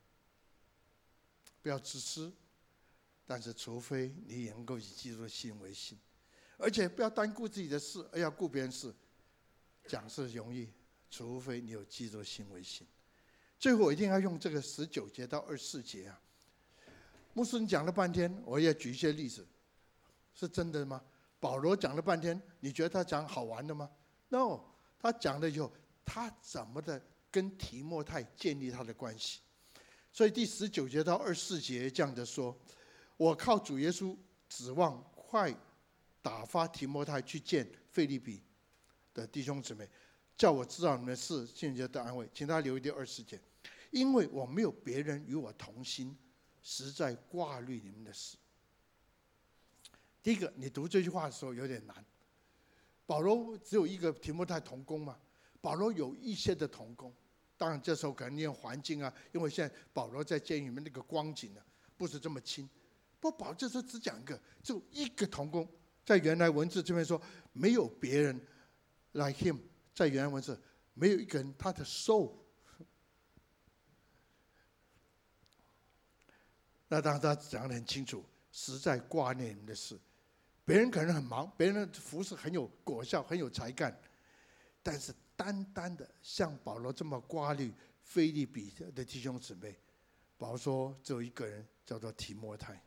不要自私，但是除非你也能够以基督的心为心，而且不要单顾自己的事，而要顾别人事。讲是容易，除非你有基督的心为心。最后我一定要用这个19节到24节啊。牧师你讲了半天，我也举一些例子，是真的吗？保罗讲了半天，你觉得他讲好玩的吗 ？No， 他讲了以后，他怎么的跟提摩太建立他的关系？所以第19节到24节这样的说：我靠主耶稣指望快打发提摩太去见腓立比的弟兄姊妹，叫我知道你们的事，信节的安慰。请他留意第20节，因为我没有别人与我同心，实在挂虑你们的事。第一个，你读这句话的时候有点难。保罗只有一个提摩太同工嘛，保罗有一些的同工，当然这时候可能因为环境啊，因为现在保罗在监狱里面那个光景呢，不是这么亲。不过保罗这时候只讲一个，就一个同工，在原来文字这边说没有别人 like him， 在原来文字没有一个人他的 soul。那当然他讲得很清楚，实在挂念你们的事。别人可能很忙，别人的服事很有果效，很有才干，但是单单的像保罗这么挂虑腓立比的弟兄姊妹，保罗说只有一个人，叫做提摩太。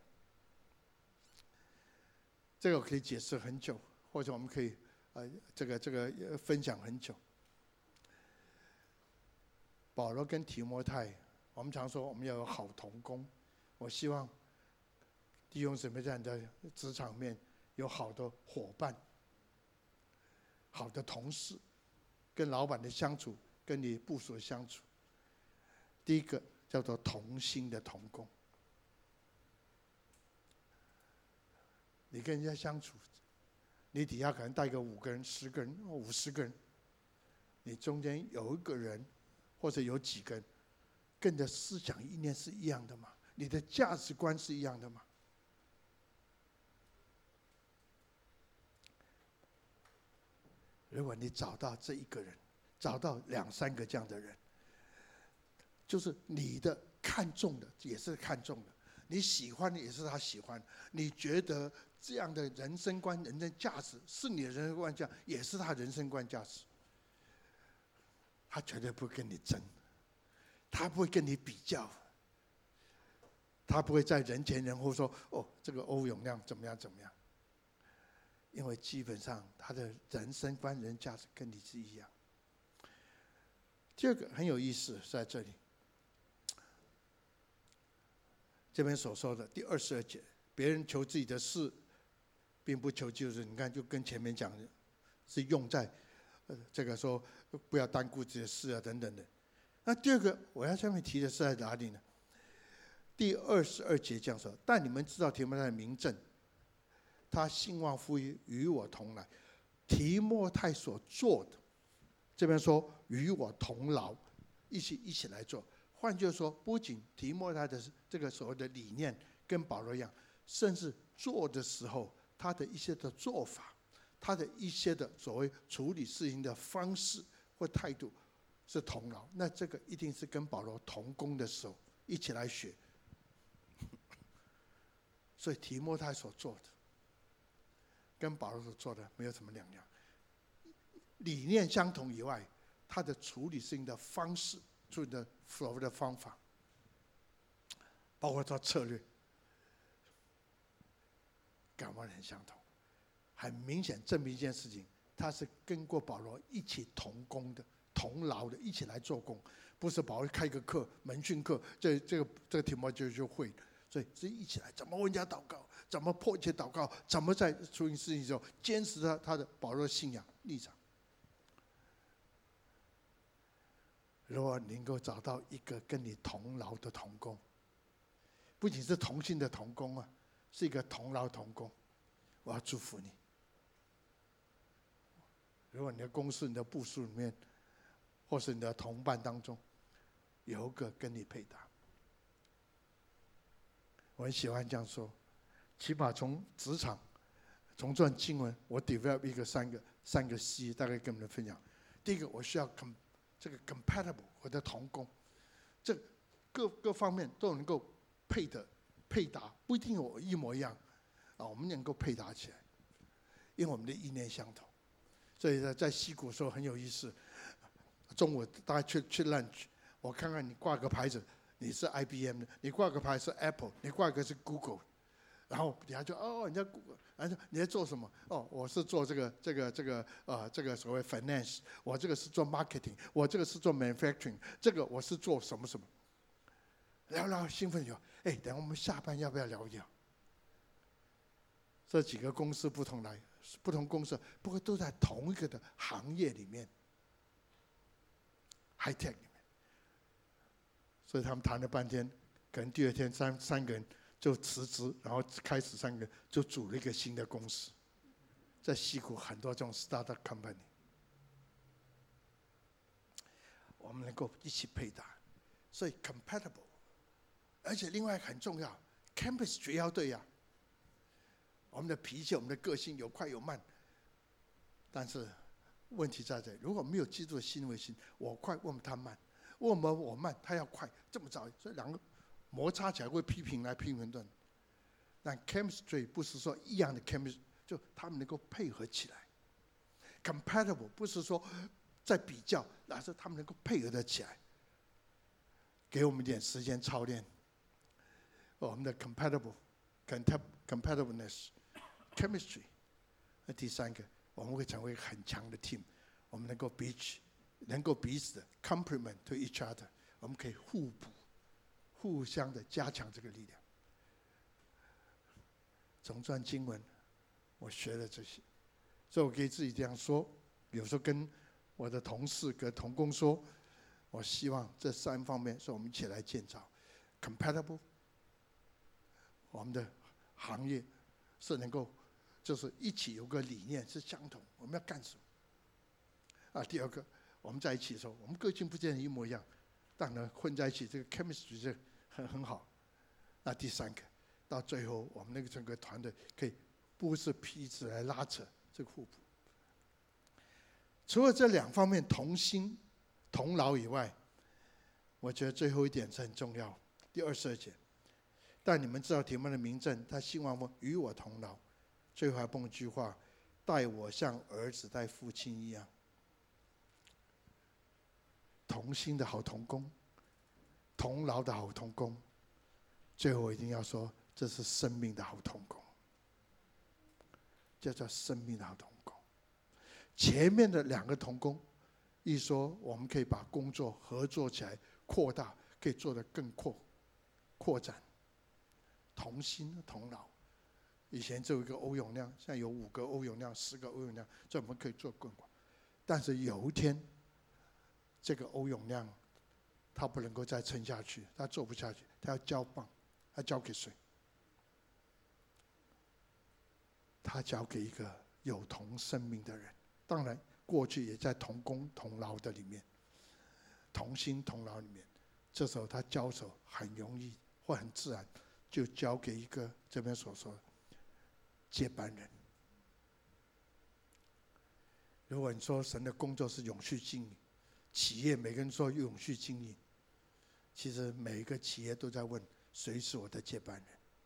这个我可以解释很久，或者我们可以这个分享很久。保罗跟提摩太，我们常说我们要有好同工。我希望弟兄姊妹在你的职场面有好的伙伴、好的同事，跟老板的相处，跟你部属的相处。第一个叫做同心的同工。你跟人家相处，你底下可能带个5个人、10个人、50个人，你中间有一个人或者有几个人，跟你的思想意念是一样的吗？你的价值观是一样的吗？如果你找到这一个人，找到2、3个这样的人，就是你的看重的也是看重的，你喜欢的也是他喜欢，你觉得这样的人生观、人生价值是你的人生观价值，也是他人生观价值。他绝对不会跟你争，他不会跟你比较，他不会在人前人后说哦，这个欧永亮怎么样怎么样，因为基本上他的人生观、人价值跟你是一样。第二个很有意思，在这里，这边所说的第22节，别人求自己的事，并不求就是你看，就跟前面讲的，是用在这个说不要单顾自己的事啊等等的。那第二个我要下面提的是在哪里呢？第22节这样说：但你们知道提摩太的名证，他兴旺富裕，与我同来。提摩太所做的，这边说与我同劳，一起来做。换句话说，不仅提摩太的这个所谓的理念跟保罗一样，甚至做的时候他的一些的做法，他的一些的所谓处理事情的方式或态度是同劳。那这个一定是跟保罗同工的时候一起来学。所以提摩太所做的跟保罗所做的没有什么两样，理念相同以外，他的处理事情的方式、处理的所谓的方法，包括他策略，感完很相同。很明显证明一件事情，他是跟过保罗一起同工的、 同劳的一起来做工，不是保罗开个课门训课，这个题目就会，所以是一起来怎么为人家祷告，怎么迫切祷告，怎么在出现事情的时候坚持他的保罗的信仰立场。如果能够找到一个跟你同劳的同工，不仅是同心的同工啊，是一个同劳同工，我要祝福你。如果你的公司、你的部属里面，或是你的同伴当中，有一个跟你配搭，我很喜欢这样说。起码从职场，从这段经文，我 develop 一个三个 C， 大概跟你们分享。第一个，我需要这个 compatible， 我的同工，这各方面都能够配搭，不一定有一模一样啊，我们能够配搭起来，因为我们的意念相同。所以在溪谷的时候很有意思，中午大家去 lunch， 我看看你挂个牌子，你是 IBM 的，你挂个牌是 Apple， 你挂个是 Google， 然后底下就人家 Google， 然后你在做什么？我是做这个所谓 finance， 我这个是做 marketing， 我这个是做 manufacturing， 这个我是做什么什么。聊兴奋以后，等我们下班要不要聊一聊？这几个公司不同公司，不过都在同一个的行业里面 ，high tech 里面，所以他们谈了半天，可能第二天三个人就辞职，然后开始3个人就组了一个新的公司，在矽谷很多这种 startup company， 我们能够一起配搭，所以 compatible， 而且另外很重要 ，chemistry 要对呀。我们的脾气、我们的个性有快有慢，但是问题在这里：如果没有基督的心为心，我快为什么他慢？为什么我慢他要快？这么早，所以2个摩擦起来会批评来批评去。但 chemistry 不是说一样的 chemistry， 就他们能够配合起来。compatible 不是说在比较，而是他们能够配合得起来。给我们一点时间操练我们的 compatibleness。chemistry， 那第3个，我们会成为很强的 team， 我们能够彼此的 complement to each other， 我们可以互补，互相的加强这个力量。从这段经文，我学了这些，所以我给自己这样说，有时候跟我的同事、跟同工说，我希望这3方面是我们一起来建造 compatible， 我们的行业是能够。就是一起有个理念是相同，我们要干什么？第2个，我们在一起的时候，我们个性不见得一模一样，但呢混在一起，这个 chemistry 是很好。第3个，到最后我们那个整个团队可以不是彼此来拉扯，这个互补。除了这2方面同心同劳以外，我觉得最后一点是很重要。第22节，但你们知道提摩太的名证，他希望我与我同劳。最后还蹦一句话：待我像儿子待父亲一样。同心的好同工，同劳的好同工，最后一定要说，这是生命的好同工。这叫生命的好同工。前面的2个同工，一说我们可以把工作合作起来扩大，可以做得更扩展。同心同劳。以前只有1个欧永亮，现在有5个欧永亮、10个欧永亮，这我们可以做更广。但是有一天，这个欧永亮他不能够再撑下去，他做不下去，他要交棒，他交给谁？他交给一个有同生命的人。当然，过去也在同工同劳的里面，同心同劳里面，这时候他交手很容易或很自然，就交给一个这边所说的接班人。如果你说神的工作是永续经营，企业每个人说永续经营，其实每一个企业都在问谁是我的接班人。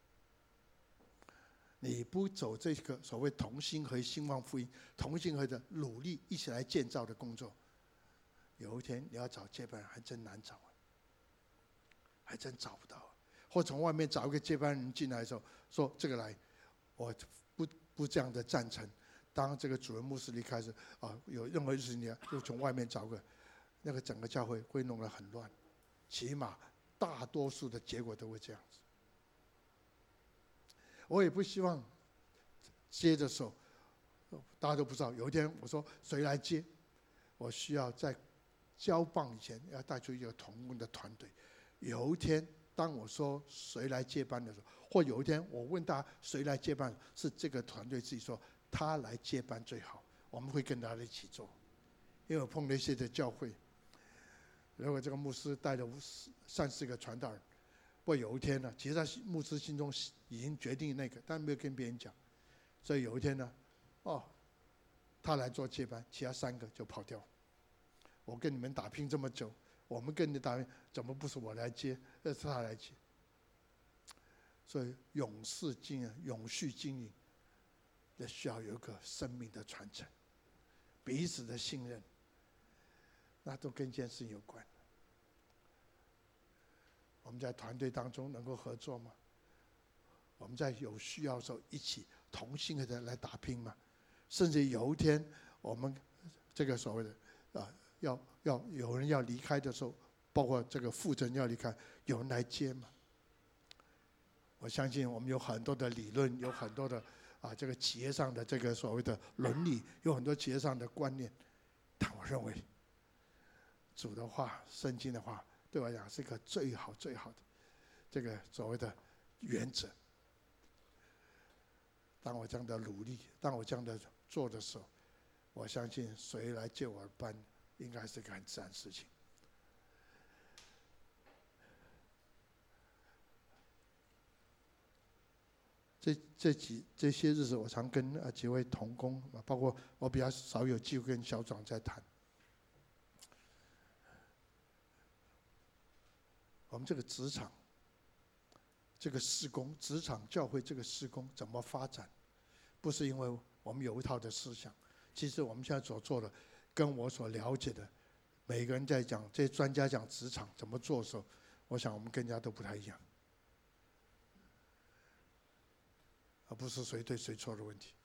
你不走这个所谓同心合一、兴旺福音、同心合一的努力一起来建造的工作，有一天你要找接班人还真难找，还真找不到。或从外面找一个接班人进来的时候，说这个来，我不这样的赞成。当这个主任牧师离开时，有任何事情就从外面找个， 那个整个教会会弄得很乱，起码大多数的结果都会这样子。我也不希望接的时候，大家都不知道。有一天我说谁来接，我需要在交棒以前要带出一个同工的团队。有一天当我说谁来接班的时候，或有一天我问他谁来接班，是这个团队自己说他来接班最好，我们会跟他一起做。因为我碰了一些的教会，如果这个牧师带了30个传道人，不过有一天呢，其实他牧师心中已经决定那个，但没有跟别人讲。所以有一天呢，他来做接班，其他3个就跑掉。我跟你们打拼这么久，我们跟你打拼，怎么不是我来接，是他来接？所以永续经营，也需要有一个生命的传承，彼此的信任。那都跟一件事有关。我们在团队当中能够合作吗？我们在有需要的时候一起同心的来打拼吗？甚至有一天我们这个所谓的要有人要离开的时候，包括这个负责人要离开，有人来接吗？我相信我们有很多的理论，有很多的这个企业上的这个所谓的伦理，有很多企业上的观念，但我认为主的话、圣经的话，对我来讲是一个最好的这个所谓的原则。当我这样的努力，当我这样的做的时候，我相信谁来接我的班，应该是一个很自然的事情。这些日子，我常跟几位同工，包括我比较少有机会跟小长在谈。我们这个职场，这个事工，职场教会这个事工怎么发展？不是因为我们有一套的思想，其实我们现在所做的，跟我所了解的，每个人在讲，这些专家讲职场怎么做的时候，我想我们跟人家都不太一样，而不是谁对谁错的问题。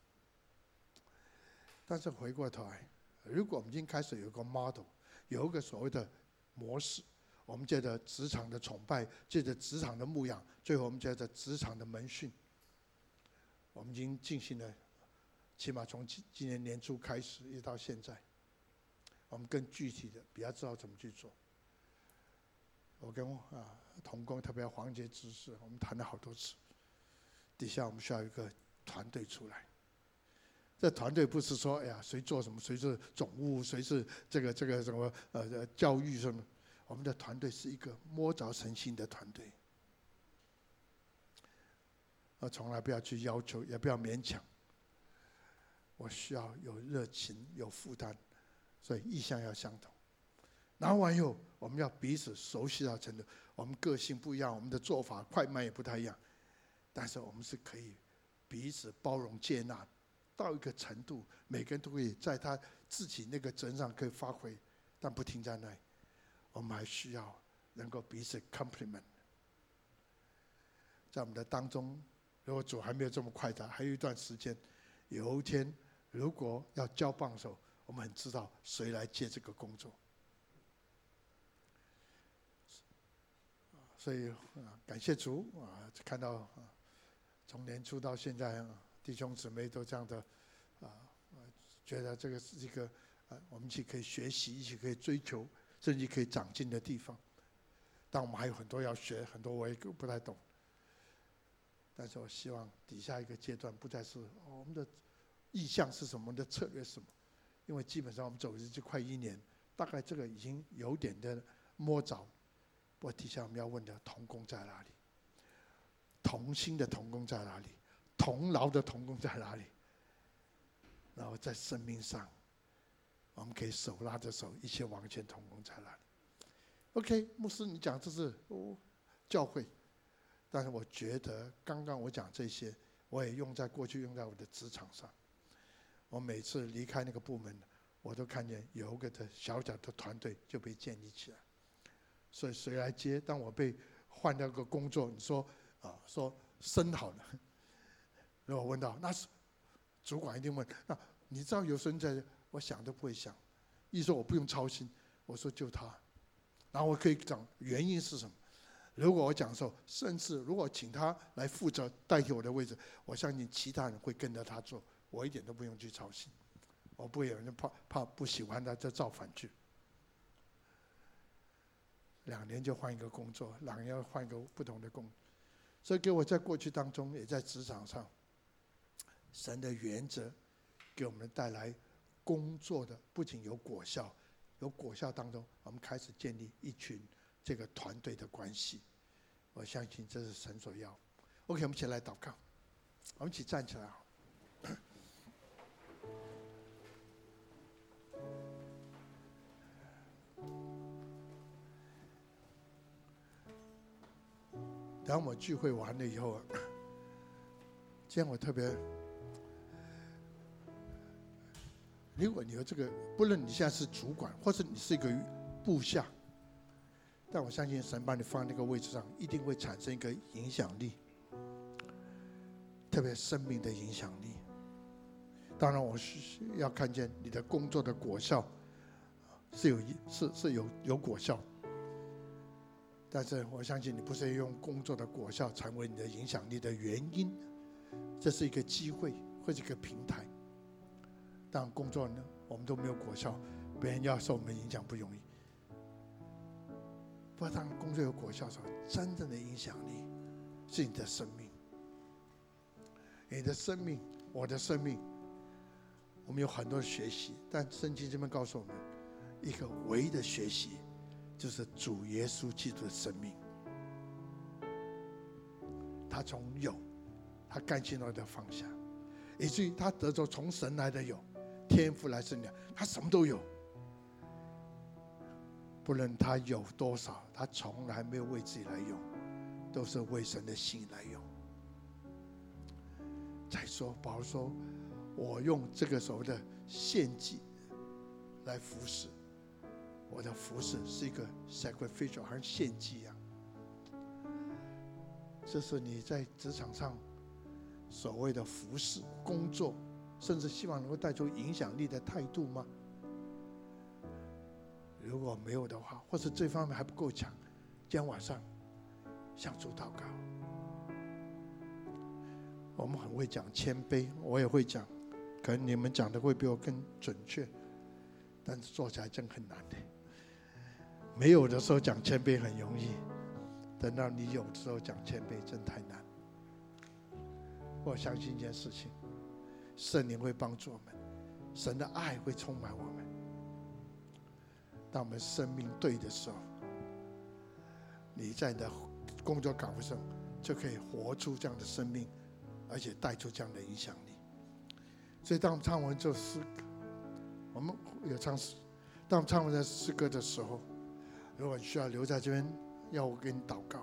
但是回过头来，如果我们已经开始有一个 model， 有一个所谓的模式，我们借着职场的崇拜，借着职场的牧养，最后我们借着职场的门训，我们已经进行了，起码从今年年初开始一直到现在，我们更具体的比较知道怎么去做。我跟同工，特别黄杰执事，我们谈了好多次，底下我们需要一个团队出来。这团队不是说谁做什么，谁是总务，谁是这个什么教育什么。我们的团队是一个摸着神心的团队，从来不要去要求，也不要勉强。我需要有热情，有负担，所以意向要相同。拿完以后，我们要彼此熟悉到程度。我们个性不一样，我们的做法快慢也不太一样，但是我们是可以彼此包容接纳到一个程度，每个人都可以在他自己那个责任上可以发挥，但不停在那里。我们还需要能够彼此 complement。在我们的当中，如果主还没有这么快的，还有一段时间，有一天如果要交棒的时候，我们很知道谁来接这个工作。所以感谢主看到从年初到现在弟兄姊妹都这样的觉得这个是一个我们一起可以学习，一起可以追求，甚至可以长进的地方。但我们还有很多要学，很多我也不太懂。但是我希望底下一个阶段不再是我们的意向是什么，我们的策略是什么，因为基本上我们走了就快1年，大概这个已经有点的摸着。不过底下我们要问的同工在哪里？同心的同工在哪里？同劳的同工在哪里？然后在生命上，我们可以手拉着手一起往前，同工在哪里 ？OK， 牧师，你讲这是教会，但是我觉得刚刚我讲这些，我也过去用在我的职场上。我每次离开那个部门，我都看见有一个的小小的团队就被建立起来。所以谁来接？当我被换掉个工作，你说升好了，如果问到，那是主管一定问，那你知道有时候在，我想都不会想，意思说我不用操心， 我说就他，然后我可以讲原因是什么。如果我讲说，甚至如果请他来负责代替我的位置，我相信其他人会跟着他做，我一点都不用去操心。我不会有人怕不喜欢他就造反去。2年就换一个工作，2年要换一个不同的工作。所以给我在过去当中，也在职场上，神的原则给我们带来工作的不仅有果效，有果效当中，我们开始建立一群这个团队的关系。我相信这是神所要。OK， 我们一起来祷告，我们一起站起来啊！当我聚会完了以后，今天我特别，如果你有这个，不论你现在是主管，或是你是一个部下，但我相信神把你放在那个位置上，一定会产生一个影响力，特别生命的影响力。当然，我是要看见你的工作的果效是有果效。但是我相信你不是用工作的果效成为你的影响力的原因，这是一个机会或是一个平台。当工作呢，我们都没有果效，别人要受我们影响不容易。不过当工作有果效的时候，真正的影响力是你的生命，你的生命，我的生命。我们有很多的学习，但圣经这边告诉我们，一个唯一的学习。就是主耶稣基督的生命，他从有，他甘心乐意的放下，以至于他得着从神来的有，天父来生的，他什么都有。不论他有多少，他从来没有为自己来用，都是为神的心来用。再说，保罗说：“我用这个所谓的献祭来服侍。”我的服事是一个 sacrificial， 好像献祭一样。这是你在职场上所谓的服事、工作，甚至希望能够带出影响力的态度吗？如果没有的话，或是这方面还不够强，今天晚上向主祷告。我们很会讲谦卑，我也会讲，可能你们讲的会比我更准确，但是做起来真很难的。没有的时候讲谦卑很容易，等到你有的时候讲谦卑真太难。我相信一件事情，圣灵会帮助我们，神的爱会充满我们。当我们生命对的时候，你在你的工作岗位上就可以活出这样的生命，而且带出这样的影响力。所以当我们唱完这诗，我们有唱诗，当我们唱完这诗歌的时候，如果你需要留在这边，要我给你祷告，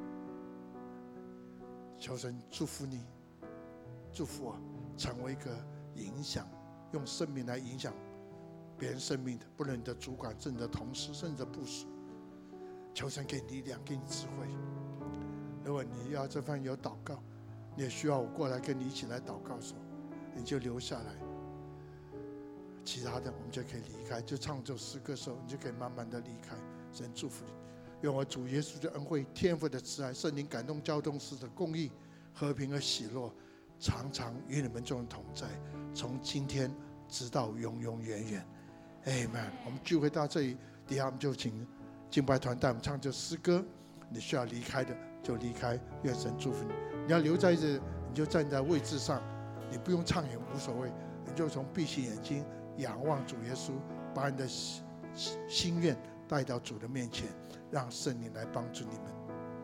求神祝福你，祝福我成为一个影响，用生命来影响别人生命的，不论你的主管、是你的同事，甚至你的部属。求神给你力量，给你智慧。如果你要这番有祷告，你也需要我过来跟你一起来祷告的时候，你就留下来。其他的我们就可以离开，就唱这首诗歌的时候，你就可以慢慢的离开。神祝福你，愿我主耶稣的恩惠、天父的慈爱、圣灵感动交通时的公义、和平和喜乐，常常与你们众人同在，从今天直到永永远远。Amen。我们聚会到这里，底下我们就请敬拜团带我们唱这诗歌。你需要离开的就离开，愿神祝福你。你要留在这，你就站在位置上，你不用唱也无所谓，你就从闭起眼睛仰望主耶稣，把你的心愿带到主的面前，让圣灵来帮助你们。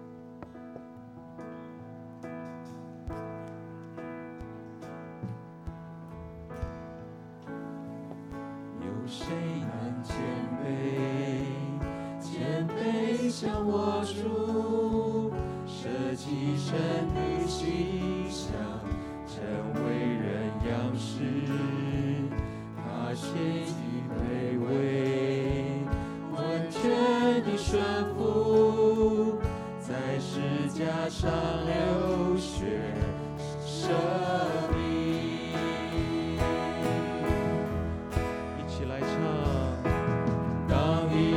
有谁能谦卑像我主，舍弃神女形象，成为人样式，他献己卑微，完全的顺服，在十架上流血舍命。一起来唱，当你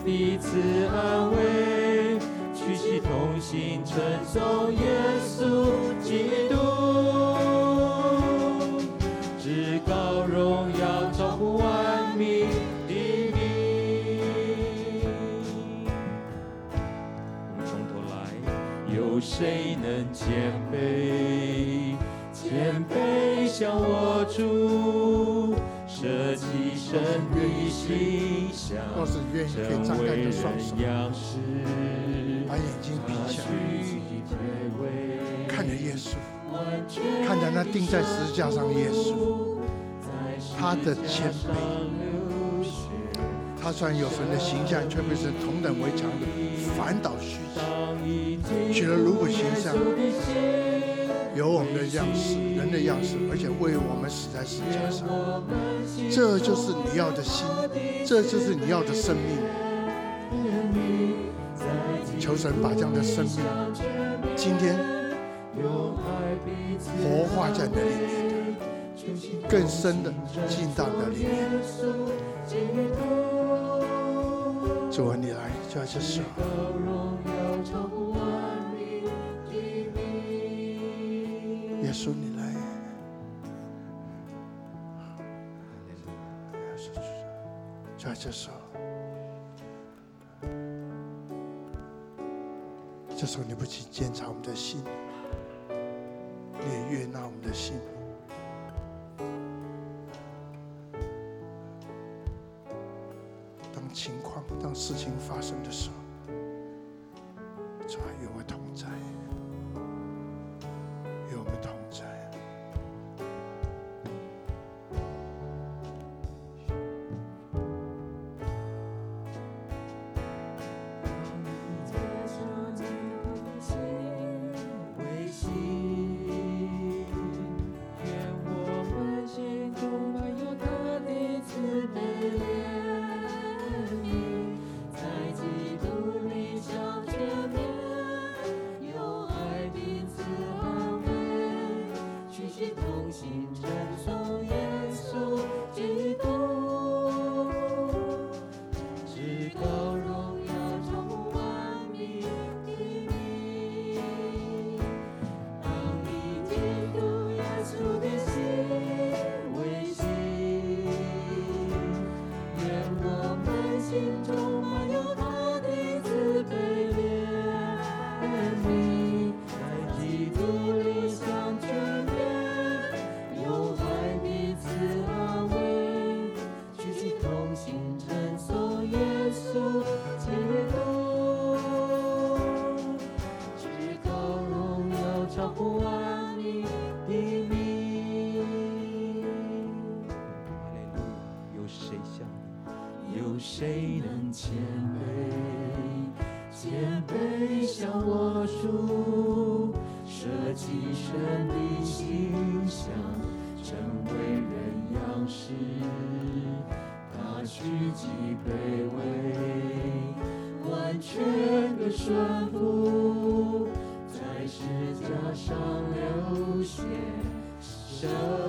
彼此安慰，屈膝同心称颂耶稣基督，至高荣耀超乎万民的名。我们从头来，有谁能谦卑？谦卑向我主，舍己身的形象， 若是愿意，可以张开你的双手，把眼睛闭起来，看着耶稣，看着那钉在十字架上的耶稣，他的谦卑，他虽然有神的形象，却被神同等为强的反倒虚己，取了如果形象，有我们的样式，人的样式，而且为我们死在十字架上。这就是你要的心，这就是你要的生命。求神把这样的生命，今天活化在你的里面，更深的进到你的里面。主啊，你来，就在这时候。耶稣，你来，就在这时候，这时候你不仅检查我们的心，你也悦纳我们的心。当情况、当事情发生的时候，主啊，与我同在。与我们同在。 谁能谦卑？谦卑向我主，舍己身的形象，成为人样式。他虚己卑微，完全的顺服，在十字架上流血。